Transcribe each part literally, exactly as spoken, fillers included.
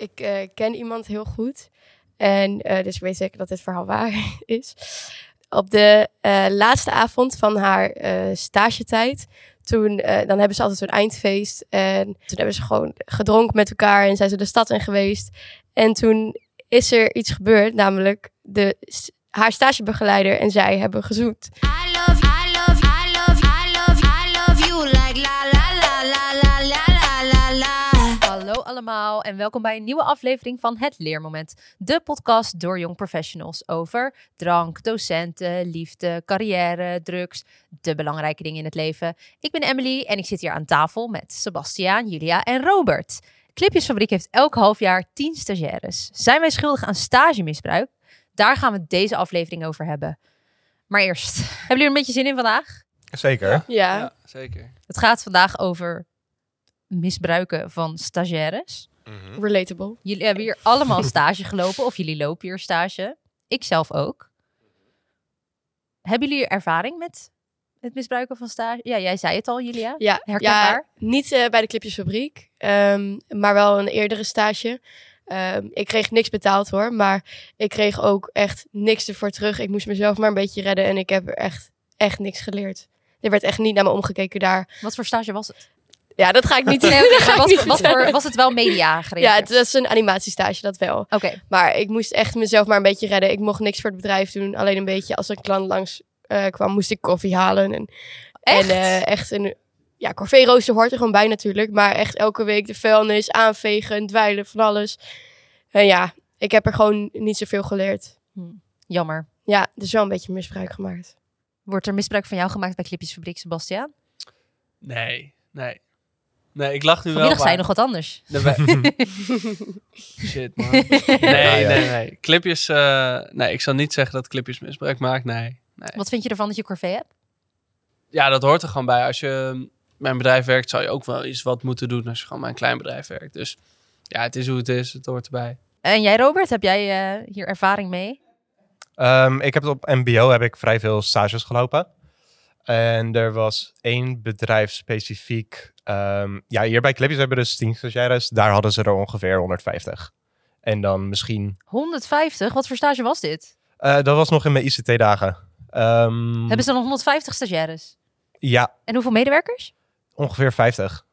ik uh, ken iemand heel goed. En uh, dus ik weet zeker dat dit verhaal waar is. Op de uh, laatste avond van haar uh, stagetijd... Toen, uh, dan hebben ze altijd zo'n eindfeest. En toen hebben ze gewoon gedronken met elkaar. En zijn ze de stad in geweest. En toen is er iets gebeurd. Namelijk de, haar stagebegeleider en zij hebben gezoend. I love, I love, I love, I love, I love you. Like la la la la la la la la. Hallo allemaal en welkom bij een nieuwe aflevering van Het Leermoment. De podcast door jong professionals over drank, docenten, liefde, carrière, drugs. De belangrijke dingen in het leven. Ik ben Emily en ik zit hier aan tafel met Sebastiaan, Julia en Robert. Clipjesfabriek heeft elk half jaar tien stagiaires. Zijn wij schuldig aan stagemisbruik? Daar gaan we deze aflevering over hebben. Maar eerst, hebben jullie er een beetje zin in vandaag? Zeker. Ja. ja. ja, zeker. Het gaat vandaag over misbruiken van stagiaires. Mm-hmm. Relatable. Jullie hebben hier allemaal stage gelopen of jullie lopen hier stage. Ik zelf ook. Hebben jullie ervaring met het misbruiken van stage? Ja, jij zei het al, Julia. Ja, herkenbaar. Ja, niet uh, bij de Clipjesfabriek, um, maar wel een eerdere stage. Um, ik kreeg niks betaald hoor, maar ik kreeg ook echt niks ervoor terug. Ik moest mezelf maar een beetje redden en ik heb er echt, echt niks geleerd. Er werd echt niet naar me omgekeken daar. Wat voor stage was het? Ja, dat ga ik niet. Nee, okay, was, niet wat voor, was het wel media gereden? Ja, het was een animatiestage, dat wel. Oké. Okay. Maar ik moest echt mezelf maar een beetje redden. Ik mocht niks voor het bedrijf doen. Alleen een beetje als een klant langs uh, kwam, moest ik koffie halen. En echt? En uh, echt een ja, corvée-rooster hoort er gewoon bij natuurlijk. Maar echt elke week de vuilnis, aanvegen, dweilen, van alles. En ja, ik heb er gewoon niet zoveel geleerd. Hm. Jammer. Ja, dus wel een beetje misbruik gemaakt. Wordt er misbruik van jou gemaakt bij Clipjesfabriek, Sebastiaan? Nee, nee. Nee, ik lach nu Vanmiddag wel. zei je nog wat anders. Shit, man. Nee, nee, nee. Clipjes, uh, nee, ik zal niet zeggen dat Clipjes misbruik maakt, nee, nee. Wat vind je ervan dat je corvée hebt? Ja, dat hoort er gewoon bij. Als je bij een bedrijf werkt, zou je ook wel iets wat moeten doen als je gewoon bij een klein bedrijf werkt. Dus ja, het is hoe het is. Het hoort erbij. En jij, Robert, heb jij uh, hier ervaring mee? Um, ik heb op M B O heb ik vrij veel stages gelopen. En er was één bedrijf specifiek. Um, ja, hier bij Clipjes hebben we dus tien stagiaires. Daar hadden ze er ongeveer honderdvijftig. En dan misschien... honderdvijftig? Wat voor stage was dit? Uh, dat was nog in mijn I C T-dagen. Um, hebben ze dan honderdvijftig stagiaires? Ja. En hoeveel medewerkers? Ongeveer vijftig.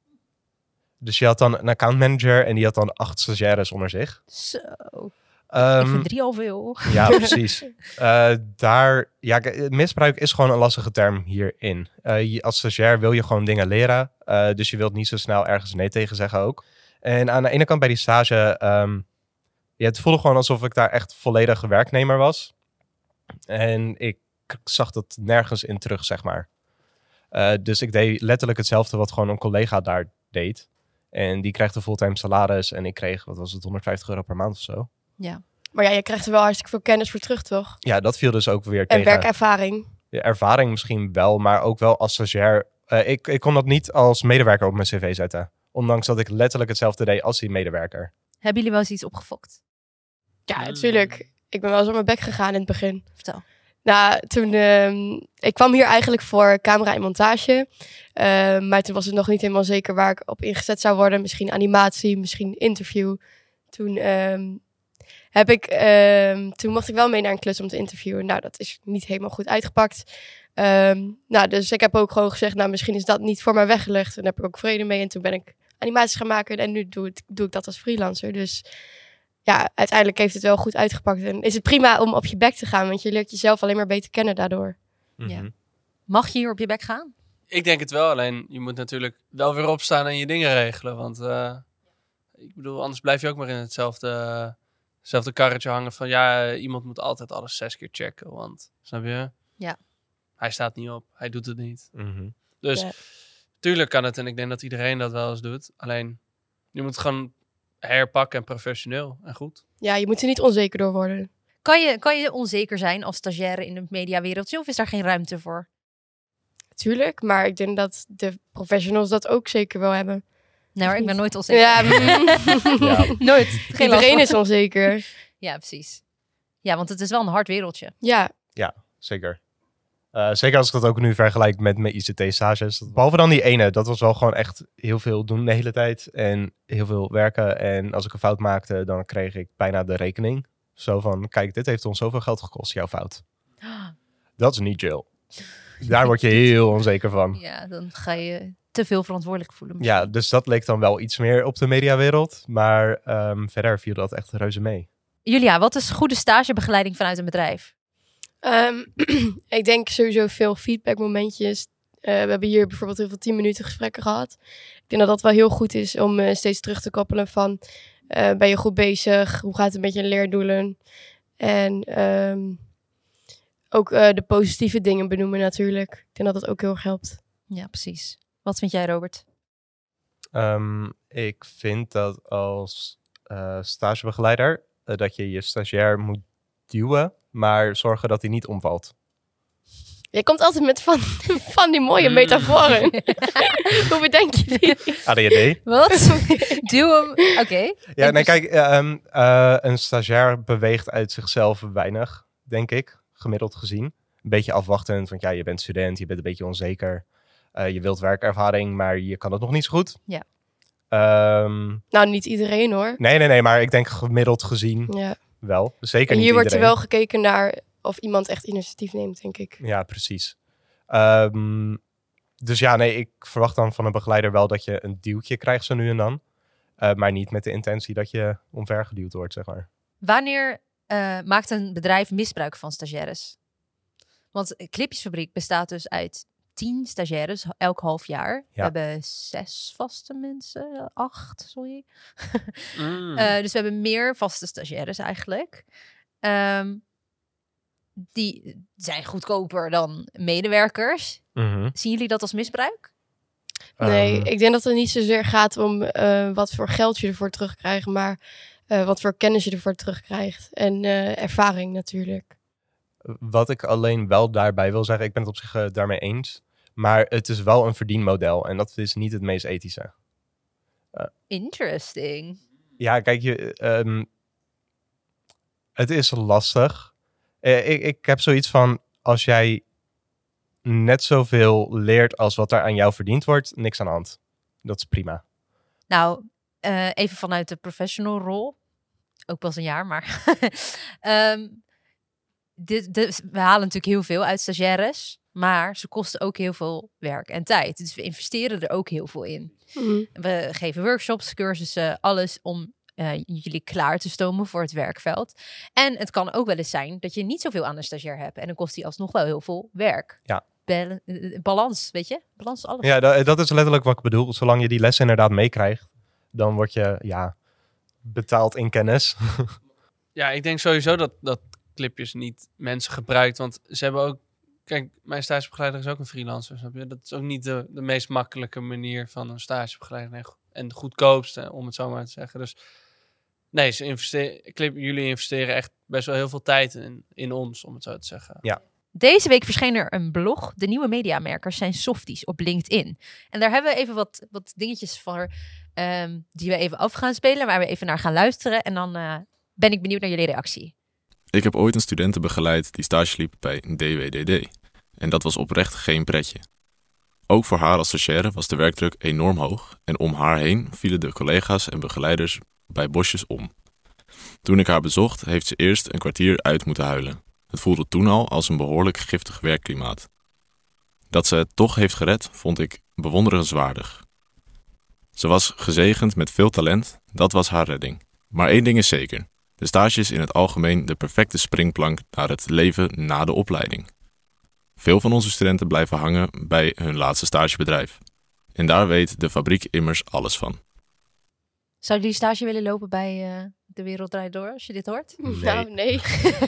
Dus je had dan een accountmanager en die had dan acht stagiaires onder zich. Zo. Um, ik vind drie al veel. Ja, precies. uh, daar, ja, misbruik is gewoon een lastige term hierin. Uh, je, als stagiair wil je gewoon dingen leren. Uh, dus je wilt niet zo snel ergens nee tegen zeggen ook. En aan de ene kant bij die stage... Um, ja, het voelde gewoon alsof ik daar echt volledig werknemer was. En ik zag dat nergens in terug, zeg maar. Uh, dus ik deed letterlijk hetzelfde wat gewoon een collega daar deed. En die krijgt een fulltime salaris. En ik kreeg, wat was het, honderdvijftig euro per maand of zo. Ja. Maar ja, je krijgt er wel hartstikke veel kennis voor terug, toch? Ja, dat viel dus ook weer en tegen. En werkervaring. Ja, ervaring misschien wel, maar ook wel als stagiair. Uh, ik, ik kon dat niet als medewerker op mijn cv zetten. Ondanks dat ik letterlijk hetzelfde deed als die medewerker. Hebben jullie wel eens iets opgefokt? Ja, natuurlijk. Ik ben wel eens op mijn bek gegaan in het begin. Vertel. Nou, toen... Uh, ik kwam hier eigenlijk voor camera en montage. Uh, maar toen was het nog niet helemaal zeker waar ik op ingezet zou worden. Misschien animatie, misschien interview. Toen... Uh, Heb ik, uh, toen mocht ik wel mee naar een klus om te interviewen. Nou, dat is niet helemaal goed uitgepakt. Um, nou, dus ik heb ook gewoon gezegd, nou, misschien is dat niet voor mij weggelegd. Toen heb ik ook vrede mee en toen ben ik animaties gaan maken. En nu doe, het, doe ik dat als freelancer. Dus ja, uiteindelijk heeft het wel goed uitgepakt. En is het prima om op je bek te gaan, want je leert jezelf alleen maar beter kennen daardoor. Mm-hmm. Ja. Mag je hier op je bek gaan? Ik denk het wel, alleen je moet natuurlijk wel weer opstaan en je dingen regelen. Want uh, ik bedoel, anders blijf je ook maar in hetzelfde... Uh, Zelfde karretje hangen van ja, iemand moet altijd alles zes keer checken. Want, snap je? Ja. Hij staat niet op, hij doet het niet. Mm-hmm. Dus ja. tuurlijk kan het en ik denk dat iedereen dat wel eens doet. Alleen, je moet het gewoon herpakken en professioneel en goed. Ja, je moet er niet onzeker door worden. Kan je, kan je onzeker zijn als stagiaire in het mediawereldje of is daar geen ruimte voor? Tuurlijk, maar ik denk dat de professionals dat ook zeker wel hebben. Nee, maar ik ben nooit onzeker. Ja, ja. Nooit. Geen Iedereen is onzeker. Ja, precies. Ja, want het is wel een hard wereldje. Ja. Ja, zeker. Uh, zeker als ik dat ook nu vergelijk met mijn I C T-stages. Behalve dan die ene, dat was wel gewoon echt heel veel doen de hele tijd. En heel veel werken. En als ik een fout maakte, dan kreeg ik bijna de rekening. Zo van, kijk, dit heeft ons zoveel geld gekost, jouw fout. Dat is niet chill. Daar word je heel onzeker van. Ja, dan ga je te veel verantwoordelijk voelen. Ja, dus dat leek dan wel iets meer op de mediawereld. Maar um, verder viel dat echt reuze mee. Julia, wat is goede stagebegeleiding vanuit een bedrijf? Um, ik denk sowieso veel feedbackmomentjes. Uh, we hebben hier bijvoorbeeld heel veel tien minuten gesprekken gehad. Ik denk dat dat wel heel goed is om uh, steeds terug te koppelen van... Uh, ben je goed bezig? Hoe gaat het met je leerdoelen? En um, ook uh, de positieve dingen benoemen natuurlijk. Ik denk dat dat ook heel erg helpt. Ja, precies. Wat vind jij, Robert? Um, ik vind dat als uh, stagebegeleider... Uh, dat je je stagiair moet duwen... maar zorgen dat hij niet omvalt. Je komt altijd met van, van die mooie metaforen. Hoe bedenk je die? A D H D. Wat? Duw hem. Oké. Okay. Ja, nee, kijk, um, uh, een stagiair beweegt uit zichzelf weinig, denk ik, gemiddeld gezien. Een beetje afwachtend, want ja, je bent student, je bent een beetje onzeker. Uh, je wilt werkervaring, maar je kan het nog niet zo goed. Ja. Um, nou, niet iedereen hoor. Nee, nee, nee, maar ik denk gemiddeld gezien ja. wel. Zeker en niet hier wordt er iedereen. wel gekeken naar of iemand echt initiatief neemt, denk ik. Ja, precies. Um, dus ja, nee, ik verwacht dan van een begeleider wel dat je een duwtje krijgt zo nu en dan. Uh, maar niet met de intentie dat je omvergeduwd wordt, zeg maar. Wanneer uh, maakt een bedrijf misbruik van stagiaires? Want Clipjesfabriek bestaat dus uit tien stagiaires elk half jaar. Ja. We hebben zes vaste mensen, acht, sorry. mm. uh, dus we hebben meer vaste stagiaires eigenlijk. Um, die zijn goedkoper dan medewerkers. Mm-hmm. Zien jullie dat als misbruik? Nee, um, ik denk dat het niet zozeer gaat om uh, wat voor geld je ervoor terugkrijgt, maar uh, wat voor kennis je ervoor terugkrijgt. En uh, ervaring natuurlijk. Wat ik alleen wel daarbij wil zeggen, ik ben het op zich uh, daarmee eens. Maar het is wel een verdienmodel en dat is niet het meest ethische. Uh, Interesting. Ja, kijk, je, um, het is lastig. Uh, ik, ik heb zoiets van, als jij net zoveel leert als wat er aan jou verdiend wordt, niks aan de hand. Dat is prima. Nou, uh, even vanuit de professional rol. Ook pas een jaar, maar... um, dit, dit, we halen natuurlijk heel veel uit stagiaires. Maar ze kosten ook heel veel werk en tijd. Dus we investeren er ook heel veel in. Mm. We geven workshops, cursussen, alles om uh, jullie klaar te stomen voor het werkveld. En het kan ook wel eens zijn dat je niet zoveel aan een stagiair hebt. En dan kost die alsnog wel heel veel werk. Ja. Bal- balans, weet je? Balans alles. Ja, dat, dat is letterlijk wat ik bedoel. Zolang je die lessen inderdaad meekrijgt, dan word je ja, betaald in kennis. Ja, ik denk sowieso dat, dat Clipjes niet mensen gebruikt. Want ze hebben ook... Kijk, mijn stagebegeleider is ook een freelancer, snap je? Dat is ook niet de, de meest makkelijke manier van een stagebegeleider. En de goedkoopste, om het zo maar te zeggen. Dus nee, ze investeren, Clip, jullie investeren echt best wel heel veel tijd in, in ons, om het zo te zeggen. Ja. Deze week verscheen er een blog. De nieuwe mediamerkers zijn softies op LinkedIn. En daar hebben we even wat, wat dingetjes voor um, die we even af gaan spelen. Waar we even naar gaan luisteren. En dan uh, ben ik benieuwd naar jullie reactie. Ik heb ooit een studenten begeleid die stage liep bij D W D D. En dat was oprecht geen pretje. Ook voor haar als stagiaire was de werkdruk enorm hoog. En om haar heen vielen de collega's en begeleiders bij bosjes om. Toen ik haar bezocht, heeft ze eerst een kwartier uit moeten huilen. Het voelde toen al als een behoorlijk giftig werkklimaat. Dat ze het toch heeft gered, vond ik bewonderenswaardig. Ze was gezegend met veel talent, dat was haar redding. Maar één ding is zeker. De stage is in het algemeen de perfecte springplank naar het leven na de opleiding. Veel van onze studenten blijven hangen bij hun laatste stagebedrijf. En daar weet de fabriek immers alles van. Zou jullie stage willen lopen bij uh, De Wereld Draait Door, als je dit hoort? Nee. Nou, nee.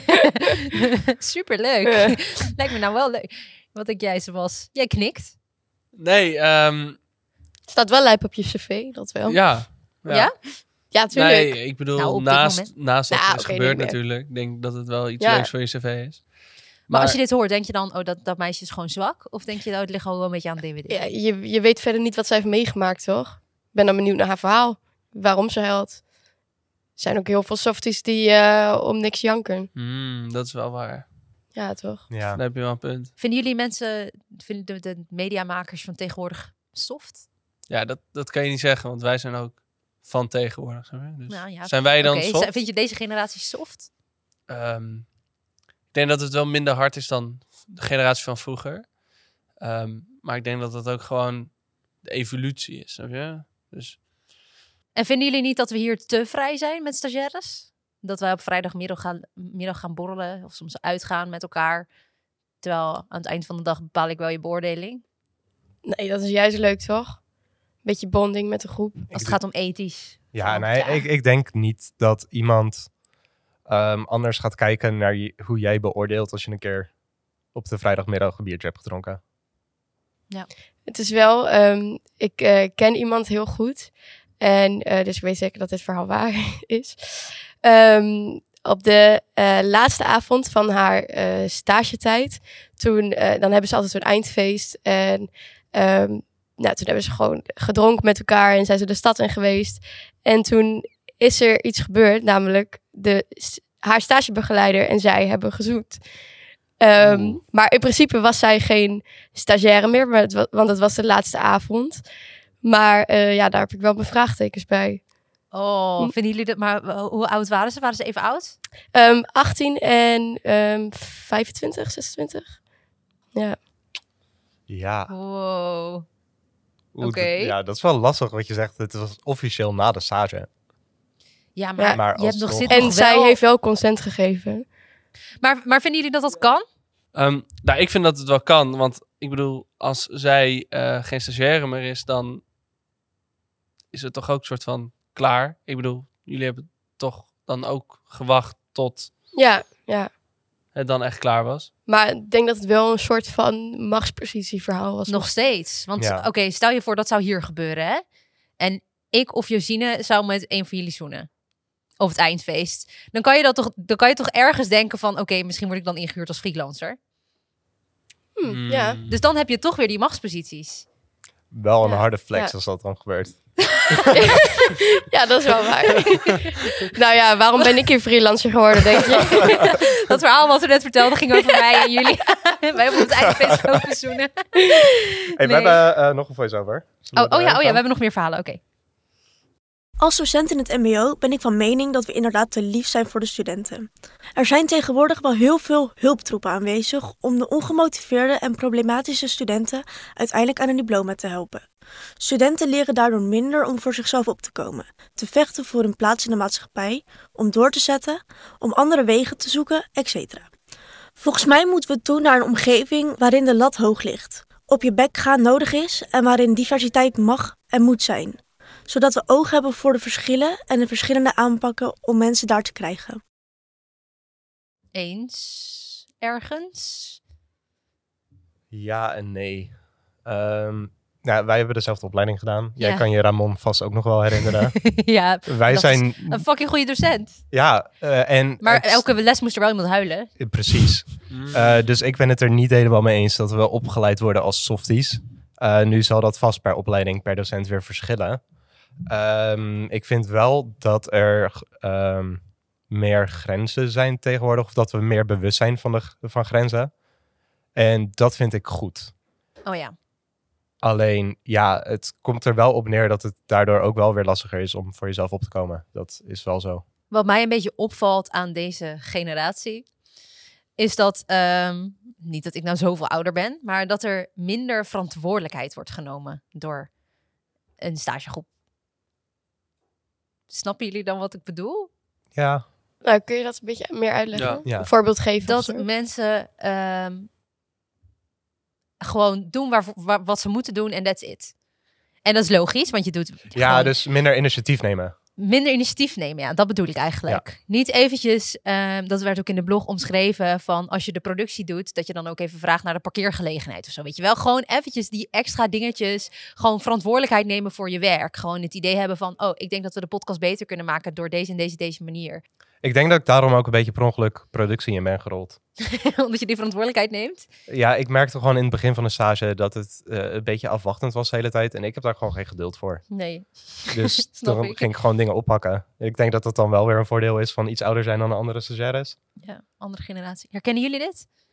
Superleuk. Uh. Lijkt me nou wel leuk. Wat denk jij, Sebas? Jij knikt. Nee, um... staat wel lijp op je cv, dat wel. Ja. Ja? Ja, ja tuurlijk. Nee, ik bedoel, nou, naast, naast dat nou, is okay, gebeurd nee, natuurlijk. Ik denk dat het wel iets ja. leuks voor je cv is. Maar, maar als je dit hoort, denk je dan, oh, dat, dat meisje is gewoon zwak? Of denk je, oh, het ligt al wel een beetje aan het D W D? Ja, je, je weet verder niet wat zij heeft meegemaakt, toch? Ik ben dan benieuwd naar haar verhaal. Waarom ze huilt. Er zijn ook heel veel softies die uh, om niks janken. Mm, dat is wel waar. Ja, toch? Ja. Dan heb je wel een punt. Vinden jullie mensen, vinden de, de mediamakers van tegenwoordig soft? Ja, dat, dat kan je niet zeggen, want wij zijn ook van tegenwoordig. Zeg maar. Dus Nou ja, zijn wij dan Oké, soft? Vind je deze generatie soft? Ehm, ik denk dat het wel minder hard is dan de generatie van vroeger. Ehm, maar ik denk dat dat ook gewoon de evolutie is. Snap je? Dus En vinden jullie niet dat we hier te vrij zijn met stagiaires? Dat wij op vrijdagmiddag gaan, middag gaan borrelen of soms uitgaan met elkaar. Terwijl aan het eind van de dag bepaal ik wel je beoordeling. Nee, dat is juist leuk, toch? Beetje bonding met de groep. Als het gaat om ethisch. Ja, Van, nee, ja. Ik, ik denk niet dat iemand ehm, anders gaat kijken naar je- hoe jij beoordeelt als je een keer op de vrijdagmiddag een biertje hebt gedronken. Het is wel, ehm, ik eh, ken iemand heel goed. En eh, dus ik weet zeker dat dit verhaal waar is. Ehm, op de eh, laatste avond van haar eh, stagetijd, toen, eh, dan hebben ze altijd zo'n eindfeest. En ehm, nou, toen hebben ze gewoon gedronken met elkaar en zijn ze de stad in geweest. En toen is er iets gebeurd, namelijk de, haar stagebegeleider en zij hebben gezoend. Ehm, Oeh. maar in principe was zij geen stagiaire meer, maar het wa- want het was de laatste avond. Maar eh, ja, daar heb ik wel mijn vraagtekens bij. Oh, Hm. vinden jullie dat? Maar uh, hoe oud waren ze? Waren ze even oud? Ehm, achttien en ehm, vijfentwintig, zesentwintig. Ja. Ja, Wow. oeh, Oké. d- ja, dat is wel lastig wat je zegt. Het was officieel na de stage. Ja, maar, Ja, maar je hebt nog alsnog. zit En nog zij wel- heeft wel consent gegeven. Maar, maar vinden jullie dat dat kan? Ehm, nou, ik vind dat het wel kan. Want ik bedoel, als zij eh, geen stagiaire meer is, dan is het toch ook een soort van klaar. Ik bedoel, jullie hebben toch dan ook gewacht tot Ja, ja. het dan echt klaar was. Maar ik denk dat het wel een soort van machtspositieverhaal was. Nog steeds. Want Ja. oké, stel je voor dat zou hier gebeuren, hè? En ik of Josine zou met een van jullie zoenen. Op het eindfeest. Dan kan je, dat toch, dan kan je toch ergens denken van... Oké, misschien word ik dan ingehuurd als freelancer. Hm, Hmm. Ja. Dus dan heb je toch weer die machtsposities. Wel een Ja, harde flex ja. als dat dan gebeurt. Ja, dat is wel waar. Nou ja, waarom ben ik hier freelancer geworden, denk je? Dat verhaal wat we net vertelden ging over mij en jullie. Wij hebben op het eindfeest lopen zoenen. Hey, Nee. We hebben eh, nog een voice-over. Zullen Oh, we oh, ja, erin oh ja, we gaan? hebben nog meer verhalen. Oké. Als docent in het mbo ben ik van mening dat we inderdaad te lief zijn voor de studenten. Er zijn tegenwoordig wel heel veel hulptroepen aanwezig om de ongemotiveerde en problematische studenten uiteindelijk aan een diploma te helpen. Studenten leren daardoor minder om voor zichzelf op te komen, te vechten voor hun plaats in de maatschappij, om door te zetten, om andere wegen te zoeken, et cetera. Volgens mij moeten we toe naar een omgeving waarin de lat hoog ligt, op je bek gaan nodig is en waarin diversiteit mag en moet zijn, zodat we oog hebben voor de verschillen en de verschillende aanpakken om mensen daar te krijgen. Eens. Ergens. Ja en nee. Ehm, nou, wij hebben dezelfde opleiding gedaan. Jij Ja. kan je Ramon vast ook nog wel herinneren. Ja, Wij dat zijn... is een fucking goede docent. Ja, eh, en... Maar ex- elke les moest er wel iemand huilen. Precies. Hmm. Eh, dus ik ben het er niet helemaal mee eens dat we opgeleid worden als softies. Eh, nu zal dat vast per opleiding, per docent weer verschillen. Ehm, ik vind wel dat er ehm, meer grenzen zijn tegenwoordig. Of dat we meer bewust zijn van, de, van grenzen. En dat vind ik goed. Oh ja. Alleen, ja, het komt er wel op neer dat het daardoor ook wel weer lastiger is om voor jezelf op te komen. Dat is wel zo. Wat mij een beetje opvalt aan deze generatie, is dat, ehm, niet dat ik nou zoveel ouder ben, maar dat er minder verantwoordelijkheid wordt genomen door een stagegroep. Snappen jullie dan wat ik bedoel? Ja, Nou, kun je dat een beetje meer uitleggen? Ja. Ja. Een voorbeeld geven? of Dat zo? mensen ehm, gewoon doen waar, waar- wat ze moeten doen en that's it. En dat is logisch, want je doet ja gewoon dus minder initiatief nemen. minder initiatief nemen. Ja, dat bedoel ik eigenlijk. Niet eventjes, ehm, dat werd ook in de blog omschreven, van als je de productie doet, dat je dan ook even vraagt naar de parkeergelegenheid of zo. Weet je wel, gewoon eventjes die extra dingetjes, gewoon verantwoordelijkheid nemen voor je werk. Gewoon het idee hebben van, oh, ik denk dat we de podcast beter kunnen maken door deze en deze, deze manier. Ik denk dat ik daarom ook een beetje per ongeluk productie in ben gerold. Omdat je die verantwoordelijkheid neemt. Ja, ik merkte gewoon in het begin van de stage dat het eh, een beetje afwachtend was de hele tijd. En ik heb daar gewoon geen geduld voor. Nee. Dus Snap toen ik. ging ik gewoon dingen oppakken. Ik denk dat dat dan wel weer een voordeel is van iets ouder zijn dan de andere stagiaires. Ja, andere generatie. Herkennen jullie dit?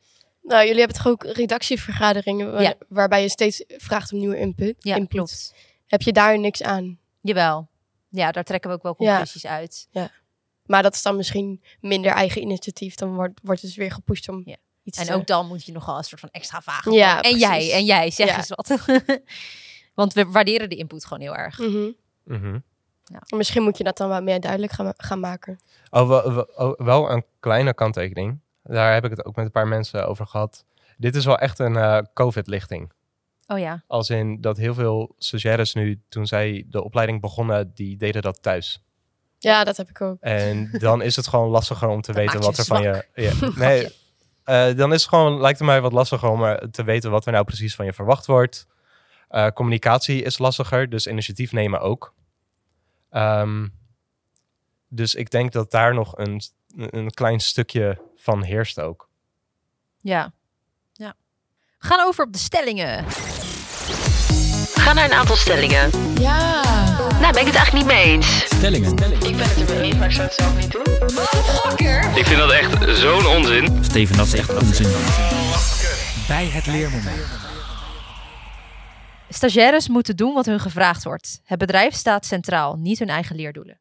Nou, jullie hebben toch ook redactievergaderingen waar- Ja. waarbij je steeds vraagt om nieuwe input. Ja, input. klopt. Heb je daar niks aan? Jawel. Ja, daar trekken we ook wel Ja. conclusies uit. Maar dat is dan misschien minder eigen initiatief. Dan wordt, wordt het dus weer gepusht om Ja. iets En te... ook dan moet je nogal een soort van extra vragen. Ja, en jij, precies. en jij, zeg Ja. eens wat. Want we waarderen de input gewoon heel erg. Mhm. Mhm. Misschien moet je dat dan wat meer duidelijk gaan, ma- gaan maken. Oh, wel, wel- oh, wel een kleine kanttekening. Daar heb ik het ook met een paar mensen over gehad. Dit is wel echt een eh, COVID-lichting. Oh ja. Als in dat heel veel stagiaires nu, toen zij de opleiding begonnen, die deden dat thuis. Ja, dat heb ik ook. En dan is het gewoon lastiger om te Dat weten maakt wat je er van zwak. je... Ja, nee, eh, dan is het gewoon, lijkt het mij wat lastiger om eh, te weten wat er nou precies van je verwacht wordt. Eh, communicatie is lastiger, dus initiatief nemen ook. Ehm, dus ik denk dat daar nog een, een klein stukje van heerst ook. Ja. ja. We gaan over op de stellingen. Ga naar een aantal stellingen. Ja. Nou, ben ik het eigenlijk niet mee eens. Stellingen. Ik ben het er mee eens, maar ik zou het zelf niet doen. Ik vind dat echt zo'n onzin. Steven, dat is echt onzin. Bij het leermoment. Stagiaires moeten doen wat hun gevraagd wordt. Het bedrijf staat centraal, niet hun eigen leerdoelen.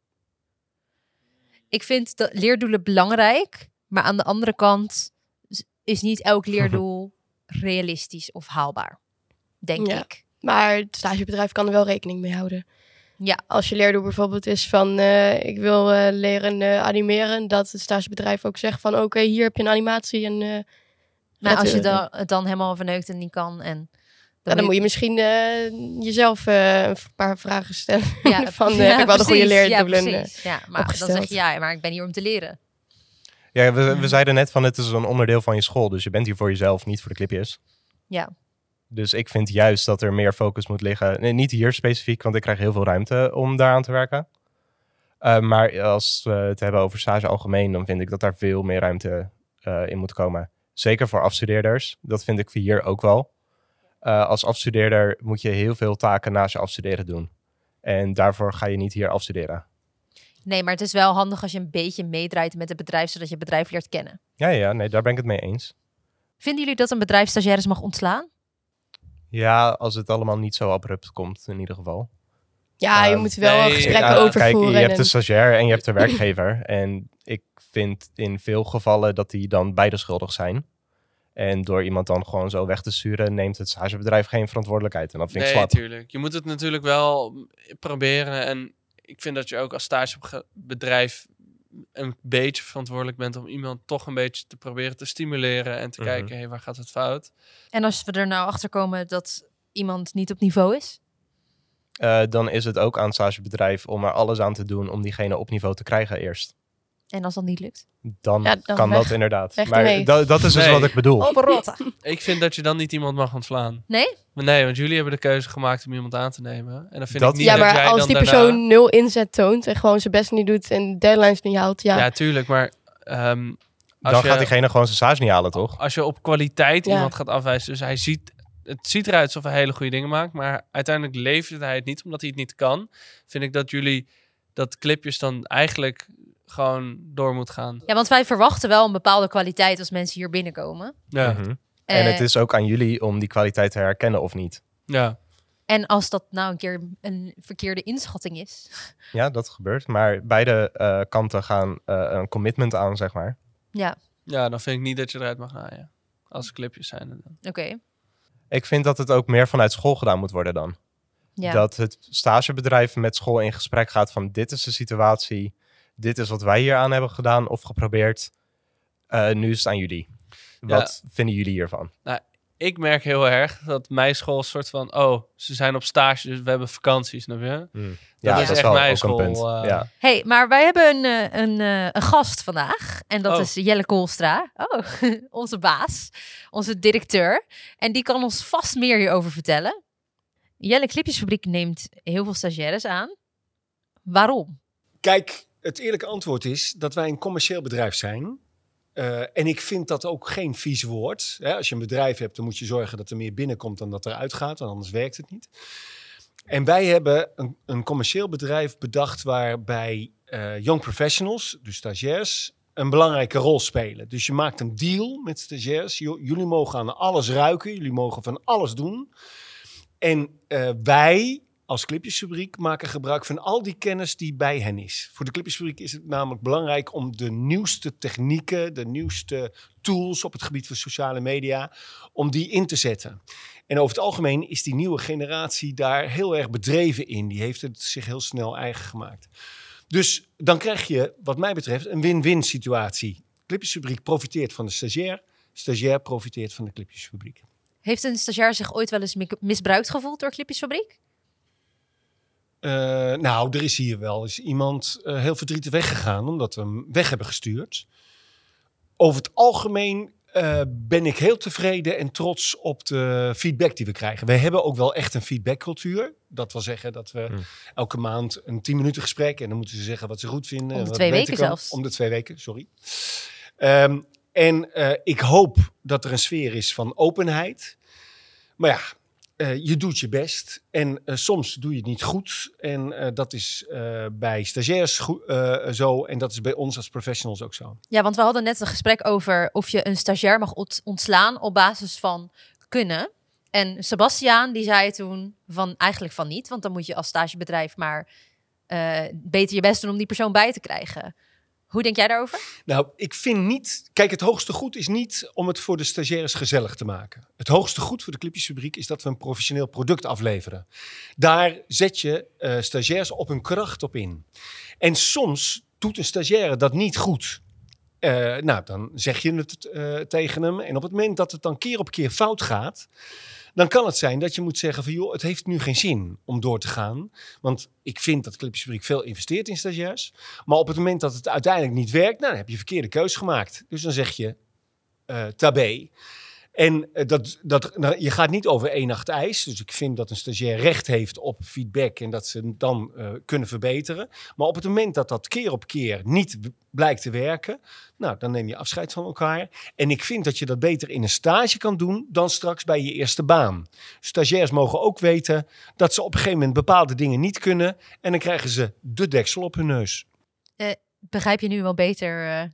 Ik vind de leerdoelen belangrijk, maar aan de andere kant is niet elk leerdoel realistisch of haalbaar. Denk Ja. ik. Maar het stagebedrijf kan er wel rekening mee houden. Ja. Als je leerdoel bijvoorbeeld is van... eh, ik wil eh, leren eh, animeren... dat het stagebedrijf ook zegt van... oké, hier heb je een animatie en... eh, Maar gaat als je u- dan, het dan helemaal verneukt en niet kan. En Ja, dan moet je misschien eh, jezelf eh, een paar vragen stellen. Ja, van, eh, ja, heb ik wel de goede precies. leerdoelen Ja, eh, precies. Ja, maar opgesteld. dan zeg je ja, maar ik ben hier om te leren. Ja, we, we zeiden net van het is een onderdeel van je school. Dus je bent hier voor jezelf, niet voor de clipjes. Ja. Dus ik vind juist dat er meer focus moet liggen. Nee, niet hier specifiek, want ik krijg heel veel ruimte om daaraan te werken. Uh, maar als we het hebben over stage algemeen, dan vind ik dat daar veel meer ruimte uh, in moet komen. Zeker voor afstudeerders. Dat vind ik hier ook wel. Uh, als afstudeerder moet je heel veel taken naast je afstuderen doen. En daarvoor ga je niet hier afstuderen. Nee, maar het is wel handig als je een beetje meedraait met het bedrijf, zodat je het bedrijf leert kennen. Ja, ja, nee, daar ben ik het mee eens. Vinden jullie dat een bedrijf stagiaires mag ontslaan? Ja, als het allemaal niet zo abrupt komt, in ieder geval. Ja, je Uh, moet wel nee, gesprekken Ja, overvoeren. Kijk, je hebt en- de stagiair en je hebt de werkgever. En ik vind in veel gevallen dat die dan beide schuldig zijn. En door iemand dan gewoon zo weg te sturen, neemt het stagebedrijf geen verantwoordelijkheid. En dat vind ik Nee, slap. natuurlijk. Je moet het natuurlijk wel proberen. En ik vind dat je ook als stagebedrijf een beetje verantwoordelijk bent om iemand toch een beetje te proberen te stimuleren en te Mhm. kijken, hey, waar gaat het fout? En als we er nou achter komen dat iemand niet op niveau is? Uh, dan is het ook aan het stagebedrijf om er alles aan te doen om diegene op niveau te krijgen eerst. En als dat niet lukt? Dan, Ja, dan kan weg- dat inderdaad. weg Maar ermee. dat, dat is dus Nee. wat ik bedoel. Oprotten. Ik vind dat je dan niet iemand mag ontslaan. Nee? Maar nee, want jullie hebben de keuze gemaakt om iemand aan te nemen. En dan vind Dat- ik niet Ja, dat maar jij als dan die daarna- persoon nul inzet toont... en gewoon zijn best niet doet en deadlines niet haalt... ja, Ja, tuurlijk, maar ehm, als, Dan je, gaat diegene gewoon zijn stage niet halen, toch? als je op kwaliteit Ja. iemand gaat afwijzen, dus hij ziet, het ziet eruit alsof hij hele goede dingen maakt, maar uiteindelijk levert hij het niet omdat hij het niet kan, vind ik dat jullie dat clipjes dan eigenlijk gewoon door moet gaan. Ja, want wij verwachten wel een bepaalde kwaliteit als mensen hier binnenkomen. Ja, Mhm. En Eh, het is ook aan jullie om die kwaliteit te herkennen of niet. ja. En als dat nou een keer een verkeerde inschatting is. Ja, dat gebeurt. Maar beide uh, kanten gaan uh, een commitment aan, zeg maar. Ja, ja, dan vind ik niet dat je eruit mag naaien. Als clipjes zijn er dan. oké. Ik vind dat het ook meer vanuit school gedaan moet worden dan. Ja. Dat het stagebedrijf met school in gesprek gaat van dit is de situatie. Dit is wat wij hier aan hebben gedaan of geprobeerd. Uh, nu is het aan jullie. Wat vinden jullie hiervan? Nou, ik merk heel erg dat mijn school een soort van, oh, ze zijn op stage, dus we hebben vakantie, snap je? Hmm. Dat is echt wel mijn ook school, een punt. uh, ja. Hey, maar wij hebben een, eh, een, eh, een gast vandaag. En dat Oh. is Jelle Koolstra. Oh, onze baas. Onze directeur. En die kan ons vast meer hierover vertellen. Jelle Clipjesfabriek neemt heel veel stagiaires aan. Waarom? Kijk, het eerlijke antwoord is dat wij een commercieel bedrijf zijn. Uh, en ik vind dat ook geen vies woord. Hè? Als je een bedrijf hebt, dan moet je zorgen dat er meer binnenkomt dan dat er uitgaat. Want anders werkt het niet. En wij hebben een, een commercieel bedrijf bedacht waarbij uh, young professionals, dus stagiairs, een belangrijke rol spelen. Dus je maakt een deal met stagiairs. J- jullie mogen aan alles ruiken. Jullie mogen van alles doen. En uh, wij als Clipjesfabriek maken gebruik van al die kennis die bij hen is. Voor de Clipjesfabriek is het namelijk belangrijk om de nieuwste technieken, de nieuwste tools op het gebied van sociale media, om die in te zetten. En over het algemeen is die nieuwe generatie daar heel erg bedreven in. Die heeft het zich heel snel eigen gemaakt. Dus dan krijg je, wat mij betreft, een win-win situatie. Clipjesfabriek profiteert van de stagiair. Stagiair profiteert van de Clipjesfabriek. Heeft een stagiair zich ooit wel eens mi- misbruikt gevoeld door Clipjesfabriek? Uh, nou, er is hier wel eens iemand uh, heel verdrietig weggegaan, omdat we hem weg hebben gestuurd. Over het algemeen uh, ben ik heel tevreden en trots op de feedback die we krijgen. We hebben ook wel echt een feedbackcultuur. Dat wil zeggen dat we hmm. elke maand een tien minuten gesprek, en dan moeten ze zeggen wat ze goed vinden. Om de wat twee weken kan. zelfs. Om de twee weken, sorry. Um, en uh, ik hoop dat er een sfeer is van openheid. Maar ja, uh, je doet je best. En uh, soms doe je het niet goed. En uh, dat is uh, bij stagiairs go- uh, zo. En dat is bij ons als professionals ook zo. Ja, want we hadden net een gesprek over of je een stagiair mag ont- ontslaan op basis van kunnen. En Sebastiaan die zei toen van eigenlijk van niet. Want dan moet je als stagebedrijf maar uh, beter je best doen om die persoon bij te krijgen. Hoe denk jij daarover? Nou, ik vind niet... Kijk, het hoogste goed is niet om het voor de stagiaires gezellig te maken. Het hoogste goed voor de Clipjesfabriek is dat we een professioneel product afleveren. Daar zet je uh, stagiairs op hun kracht op in. En soms doet een stagiaire dat niet goed. Uh, nou, dan zeg je het uh, tegen hem. En op het moment dat het dan keer op keer fout gaat, dan kan het zijn dat je moet zeggen van joh, het heeft nu geen zin om door te gaan. Want ik vind dat Clipjesfabriek veel investeert in stagiairs. Maar op het moment dat het uiteindelijk niet werkt, nou, dan heb je verkeerde keus gemaakt. Dus dan zeg je uh, tabé. En uh, dat, dat, nou, je gaat niet over één nacht ijs. Dus ik vind dat een stagiair recht heeft op feedback en dat ze hem dan uh, kunnen verbeteren. Maar op het moment dat dat keer op keer niet w- blijkt te werken, nou, dan neem je afscheid van elkaar. En ik vind dat je dat beter in een stage kan doen dan straks bij je eerste baan. Stagiairs mogen ook weten dat ze op een gegeven moment bepaalde dingen niet kunnen. En dan krijgen ze de deksel op hun neus. Uh, begrijp je nu wel beter uh,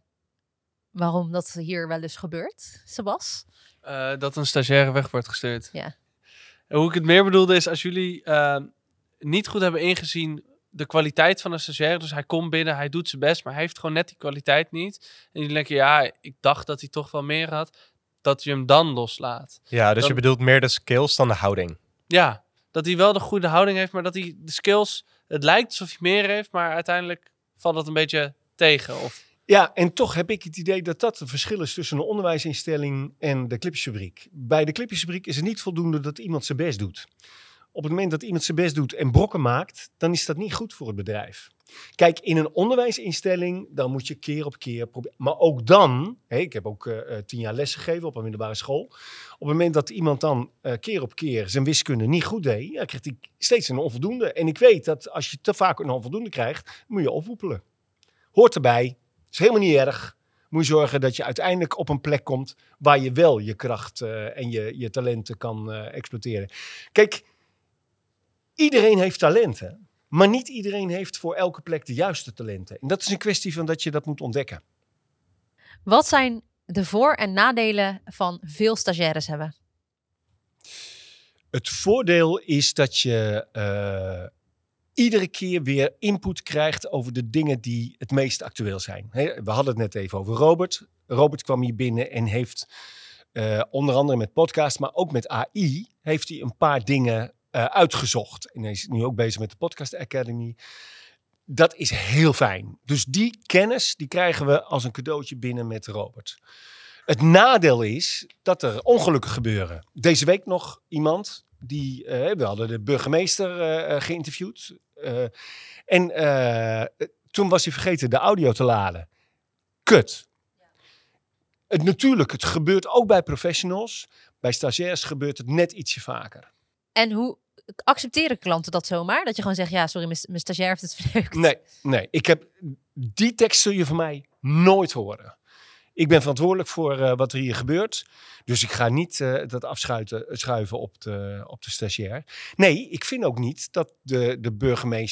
waarom dat hier wel eens gebeurt, Sebas? Uh, dat een stagiaire weg wordt gestuurd. Ja. En hoe ik het meer bedoelde is, als jullie uh, niet goed hebben ingezien de kwaliteit van een stagiaire, dus hij komt binnen, hij doet zijn best, maar hij heeft gewoon net die kwaliteit niet. En jullie denken, ja, ik dacht dat hij toch wel meer had, dat je hem dan loslaat. Ja, dus dan, je bedoelt meer de skills dan de houding. Ja, dat hij wel de goede houding heeft, maar dat hij de skills, het lijkt alsof hij meer heeft, maar uiteindelijk valt dat een beetje tegen. Of... Ja, en toch heb ik het idee dat dat het verschil is tussen een onderwijsinstelling en de Clipjesfabriek. Bij de Clipjesfabriek is het niet voldoende dat iemand zijn best doet. Op het moment dat iemand zijn best doet en brokken maakt, dan is dat niet goed voor het bedrijf. Kijk, in een onderwijsinstelling, dan moet je keer op keer proberen. Maar ook dan, hé, ik heb ook uh, tien jaar les gegeven op een middelbare school. Op het moment dat iemand dan uh, keer op keer zijn wiskunde niet goed deed, ja, krijgt hij steeds een onvoldoende. En ik weet dat als je te vaak een onvoldoende krijgt, moet je opwoepelen. Hoort erbij. Is helemaal niet erg. Moet je zorgen dat je uiteindelijk op een plek komt waar je wel je kracht uh, en je, je talenten kan uh, exploiteren. Kijk, iedereen heeft talenten, maar niet iedereen heeft voor elke plek de juiste talenten. En dat is een kwestie van dat je dat moet ontdekken. Wat zijn de voor- en nadelen van veel stagiaires hebben? Het voordeel is dat je uh, iedere keer weer input krijgt over de dingen die het meest actueel zijn. He, we hadden het net even over Robert. Robert kwam hier binnen en heeft uh, onder andere met podcast, maar ook met A I, heeft hij een paar dingen uh, uitgezocht. En hij is nu ook bezig met de Podcast Academy. Dat is heel fijn. Dus die kennis die krijgen we als een cadeautje binnen met Robert. Het nadeel is dat er ongelukken gebeuren. Deze week nog iemand die, uh, we hadden de burgemeester uh, geïnterviewd. Uh, en uh, toen was hij vergeten de audio te laden. Kut. Het, natuurlijk, het gebeurt ook bij professionals. Bij stagiairs gebeurt het net ietsje vaker. En hoe accepteren klanten dat zomaar? Dat je gewoon zegt, ja, sorry, mijn stagiair heeft het verneukt. Nee, nee. Ik heb, die tekst zul je van mij nooit horen. Ik ben verantwoordelijk voor uh, wat er hier gebeurt. Dus ik ga niet uh, dat afschuiven op de, op de stagiair. Nee, ik vind ook niet dat de, de burgemeester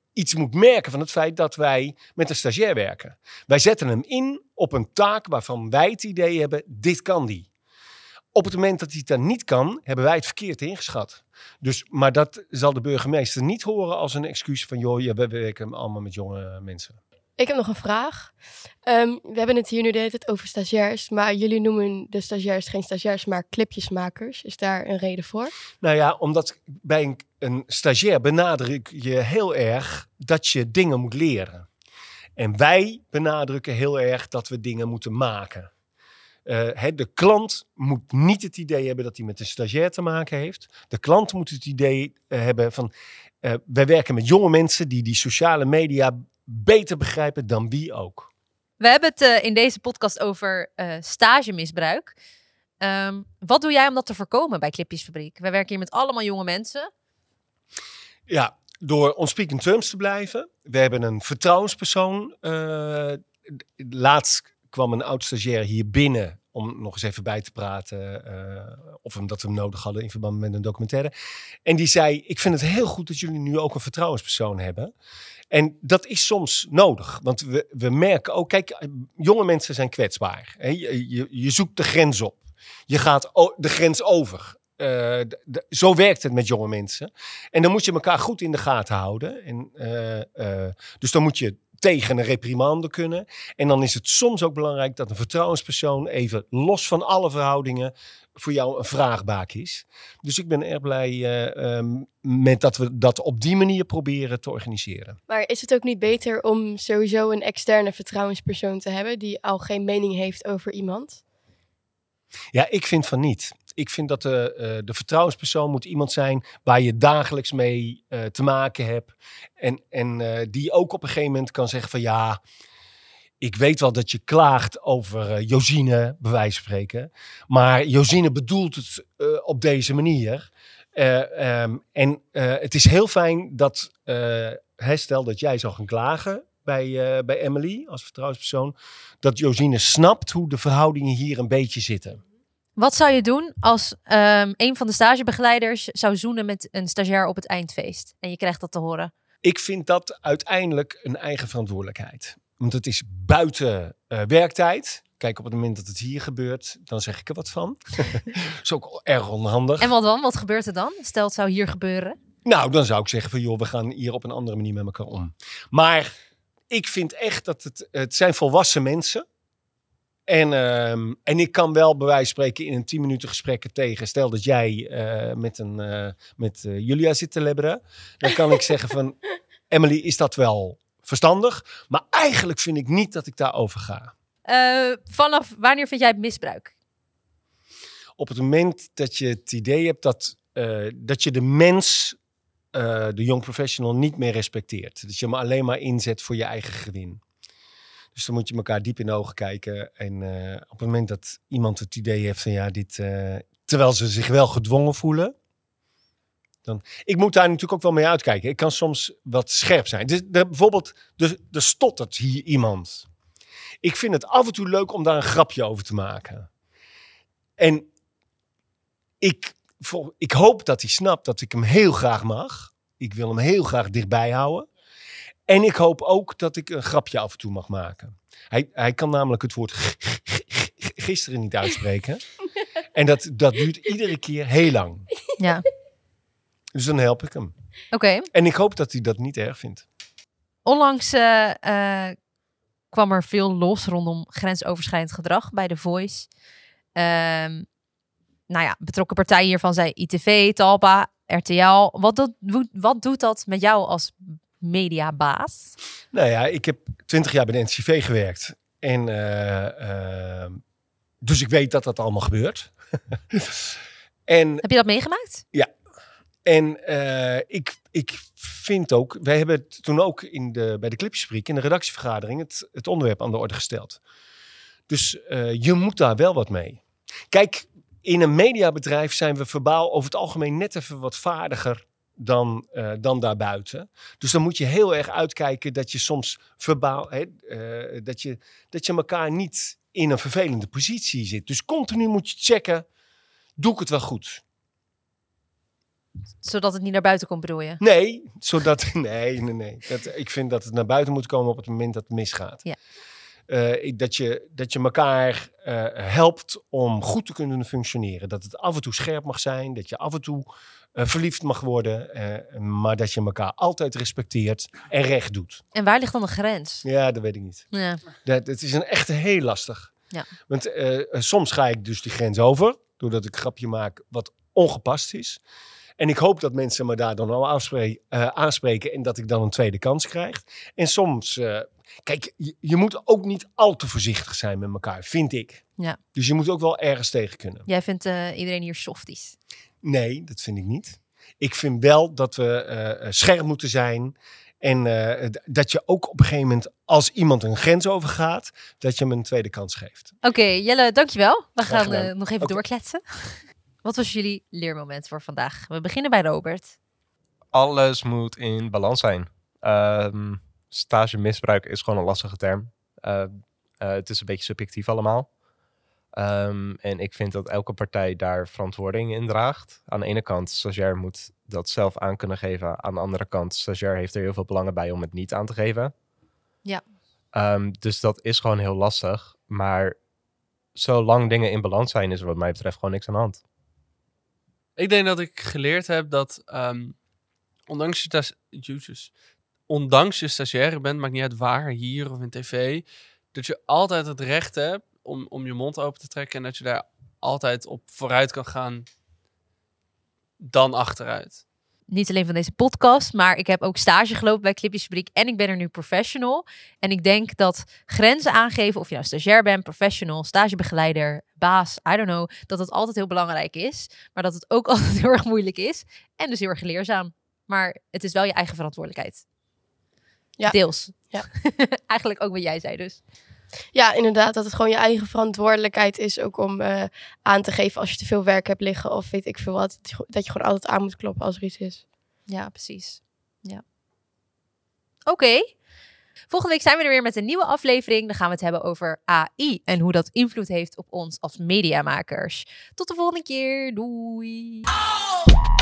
iets moet merken van het feit dat wij met een stagiair werken. Wij zetten hem in op een taak waarvan wij het idee hebben, dit kan die. Op het moment dat hij het dan niet kan, hebben wij het verkeerd ingeschat. Dus, maar dat zal de burgemeester niet horen als een excuus van, joh, ja, we werken allemaal met jonge mensen. Ik heb nog een vraag. Um, we hebben het hier nu de hele tijd over stagiairs, maar jullie noemen de stagiairs geen stagiairs, maar clipjesmakers. Is daar een reden voor? Nou ja, omdat bij een, een stagiair benadruk je heel erg dat je dingen moet leren. En wij benadrukken heel erg dat we dingen moeten maken. Uh, he, de klant moet niet het idee hebben dat hij met een stagiair te maken heeft. De klant moet het idee uh, hebben van, uh, wij werken met jonge mensen die die sociale media beter begrijpen dan wie ook. We hebben het uh, in deze podcast over uh, stagemisbruik. Um, wat doe jij om dat te voorkomen bij Clipjesfabriek? Wij werken hier met allemaal jonge mensen. Ja, door on speaking terms te blijven. We hebben een vertrouwenspersoon. Uh, laatst kwam een oud stagiair hier binnen om nog eens even bij te praten. Uh, of omdat we hem nodig hadden in verband met een documentaire. En die zei, ik vind het heel goed dat jullie nu ook een vertrouwenspersoon hebben. En dat is soms nodig. Want we, we merken ook, kijk, jonge mensen zijn kwetsbaar. Hè? Je, je, je zoekt de grens op. Je gaat o- de grens over. Uh, de, de, zo werkt het met jonge mensen. En dan moet je elkaar goed in de gaten houden. En, uh, uh, dus dan moet je tegen een reprimande kunnen. En dan is het soms ook belangrijk dat een vertrouwenspersoon even los van alle verhoudingen voor jou een vraagbaak is. Dus ik ben erg blij uh, um, met dat we dat op die manier proberen te organiseren. Maar is het ook niet beter om sowieso een externe vertrouwenspersoon te hebben die al geen mening heeft over iemand? Ja, ik vind van niet. Ik vind dat de, uh, de vertrouwenspersoon moet iemand zijn waar je dagelijks mee uh, te maken hebt. En, en uh, die ook op een gegeven moment kan zeggen van ja, ik weet wel dat je klaagt over uh, Josine, bij wijze van spreken. Maar Josine bedoelt het uh, op deze manier. Uh, um, en uh, het is heel fijn dat, uh, hè, stel dat jij zou gaan klagen bij, uh, bij Emily als vertrouwenspersoon, dat Josine snapt hoe de verhoudingen hier een beetje zitten. Wat zou je doen als um, een van de stagebegeleiders zou zoenen met een stagiair op het eindfeest? En je krijgt dat te horen. Ik vind dat uiteindelijk een eigen verantwoordelijkheid. Want het is buiten uh, werktijd. Kijk, op het moment dat het hier gebeurt, dan zeg ik er wat van. Dat is ook erg onhandig. En wat dan? Wat gebeurt er dan? Stel, het zou hier gebeuren. Nou, dan zou ik zeggen van joh, we gaan hier op een andere manier met elkaar om. Maar ik vind echt dat het, het zijn volwassen mensen. En, um, en ik kan wel bij wijze van spreken in een tien minuten gesprekken tegen. Stel dat jij uh, met, een, uh, met uh, Julia zit te lebberen. Dan kan ik zeggen van Emily, is dat wel verstandig? Maar eigenlijk vind ik niet dat ik daarover ga. Uh, vanaf wanneer vind jij het misbruik? Op het moment dat je het idee hebt dat, uh, dat je de mens, uh, de young professional, niet meer respecteert. Dat je hem alleen maar inzet voor je eigen gewin. Dus dan moet je elkaar diep in de ogen kijken. En uh, op het moment dat iemand het idee heeft van ja, dit, uh, terwijl ze zich wel gedwongen voelen. Dan, ik moet daar natuurlijk ook wel mee uitkijken. Ik kan soms wat scherp zijn. Dus de, bijvoorbeeld, er stottert hier iemand. Ik vind het af en toe leuk om daar een grapje over te maken. En ik, voor, ik hoop dat hij snapt dat ik hem heel graag mag. Ik wil hem heel graag dichtbij houden. En ik hoop ook dat ik een grapje af en toe mag maken. Hij, hij kan namelijk het woord g- g- g- gisteren niet uitspreken. En dat, dat duurt iedere keer heel lang. Ja. Dus dan help ik hem. Oké. Okay. En ik hoop dat hij dat niet erg vindt. Onlangs uh, uh, kwam er veel los rondom grensoverschrijdend gedrag bij The Voice. Um, nou ja, betrokken partijen hiervan zijn I T V, Talpa, R T L. Wat, dat, wat doet dat met jou als mediabaas? Nou ja, ik heb twintig jaar bij de N C V gewerkt. En uh, uh, dus ik weet dat dat allemaal gebeurt. En, heb je dat meegemaakt? Ja. En uh, ik, ik vind ook, wij hebben toen ook in de, bij de Clipjesfabriek in de redactievergadering het, het onderwerp aan de orde gesteld. Dus uh, je moet daar wel wat mee. Kijk, in een mediabedrijf zijn we verbaal over het algemeen net even wat vaardiger dan, uh, dan daarbuiten. Dus dan moet je heel erg uitkijken dat je soms verbaal, hè, uh, dat je, dat je elkaar niet in een vervelende positie zit. Dus continu moet je checken, doe ik het wel goed? Zodat het niet naar buiten komt, bedoel je? Nee, zodat, nee, nee, nee. Dat, ik vind dat het naar buiten moet komen op het moment dat het misgaat. Ja. Uh, ik, dat, je, dat je elkaar uh, helpt om goed te kunnen functioneren. Dat het af en toe scherp mag zijn. Dat je af en toe uh, verliefd mag worden. Uh, maar dat je elkaar altijd respecteert en recht doet. En waar ligt dan de grens? Ja, dat weet ik niet. Ja. Dat, het is een echt heel lastig. Ja. Want uh, soms ga ik dus die grens over. Doordat ik een grapje maak wat ongepast is. En ik hoop dat mensen me daar dan al afspreken, uh, aanspreken en dat ik dan een tweede kans krijg. En soms, uh, kijk, je, je moet ook niet al te voorzichtig zijn met elkaar, vind ik. Ja. Dus je moet ook wel ergens tegen kunnen. Jij vindt uh, iedereen hier softies? Nee, dat vind ik niet. Ik vind wel dat we uh, scherp moeten zijn. En uh, dat je ook op een gegeven moment, als iemand een grens overgaat, dat je hem een tweede kans geeft. Oké, okay, Jelle, dankjewel. We Graag gaan uh, nog even okay. doorkletsen. Wat was jullie leermoment voor vandaag? We beginnen bij Robert. Alles moet in balans zijn. Um, stagemisbruik is gewoon een lastige term. Uh, uh, het is een beetje subjectief allemaal. Um, en ik vind dat elke partij daar verantwoording in draagt. Aan de ene kant, stagiair moet dat zelf aan kunnen geven. Aan de andere kant, stagiair heeft er heel veel belangen bij om het niet aan te geven. Ja. Um, dus dat is gewoon heel lastig. Maar zolang dingen in balans zijn, is er wat mij betreft gewoon niks aan de hand. Ik denk dat ik geleerd heb dat um, ondanks, je tas- Jezus, ondanks je stagiaire bent, maakt niet uit waar, hier of in tv, dat je altijd het recht hebt om, om je mond open te trekken en dat je daar altijd op vooruit kan gaan dan achteruit. Niet alleen van deze podcast, maar ik heb ook stage gelopen bij Clipjesfabriek en ik ben er nu professional. En ik denk dat grenzen aangeven, of je nou stagiair bent, professional, stagebegeleider, baas, I don't know, dat het altijd heel belangrijk is. Maar dat het ook altijd heel erg moeilijk is en dus heel erg leerzaam. Maar het is wel je eigen verantwoordelijkheid. Ja. Deels. Ja. Eigenlijk ook wat jij zei dus. Ja, inderdaad, dat het gewoon je eigen verantwoordelijkheid is ook om uh, aan te geven als je te veel werk hebt liggen of weet ik veel wat. Dat je gewoon altijd aan moet kloppen als er iets is. Ja, precies. Ja. Oké. Okay. Volgende week zijn we er weer met een nieuwe aflevering. Dan gaan we het hebben over A I en hoe dat invloed heeft op ons als mediamakers. Tot de volgende keer. Doei. Oh!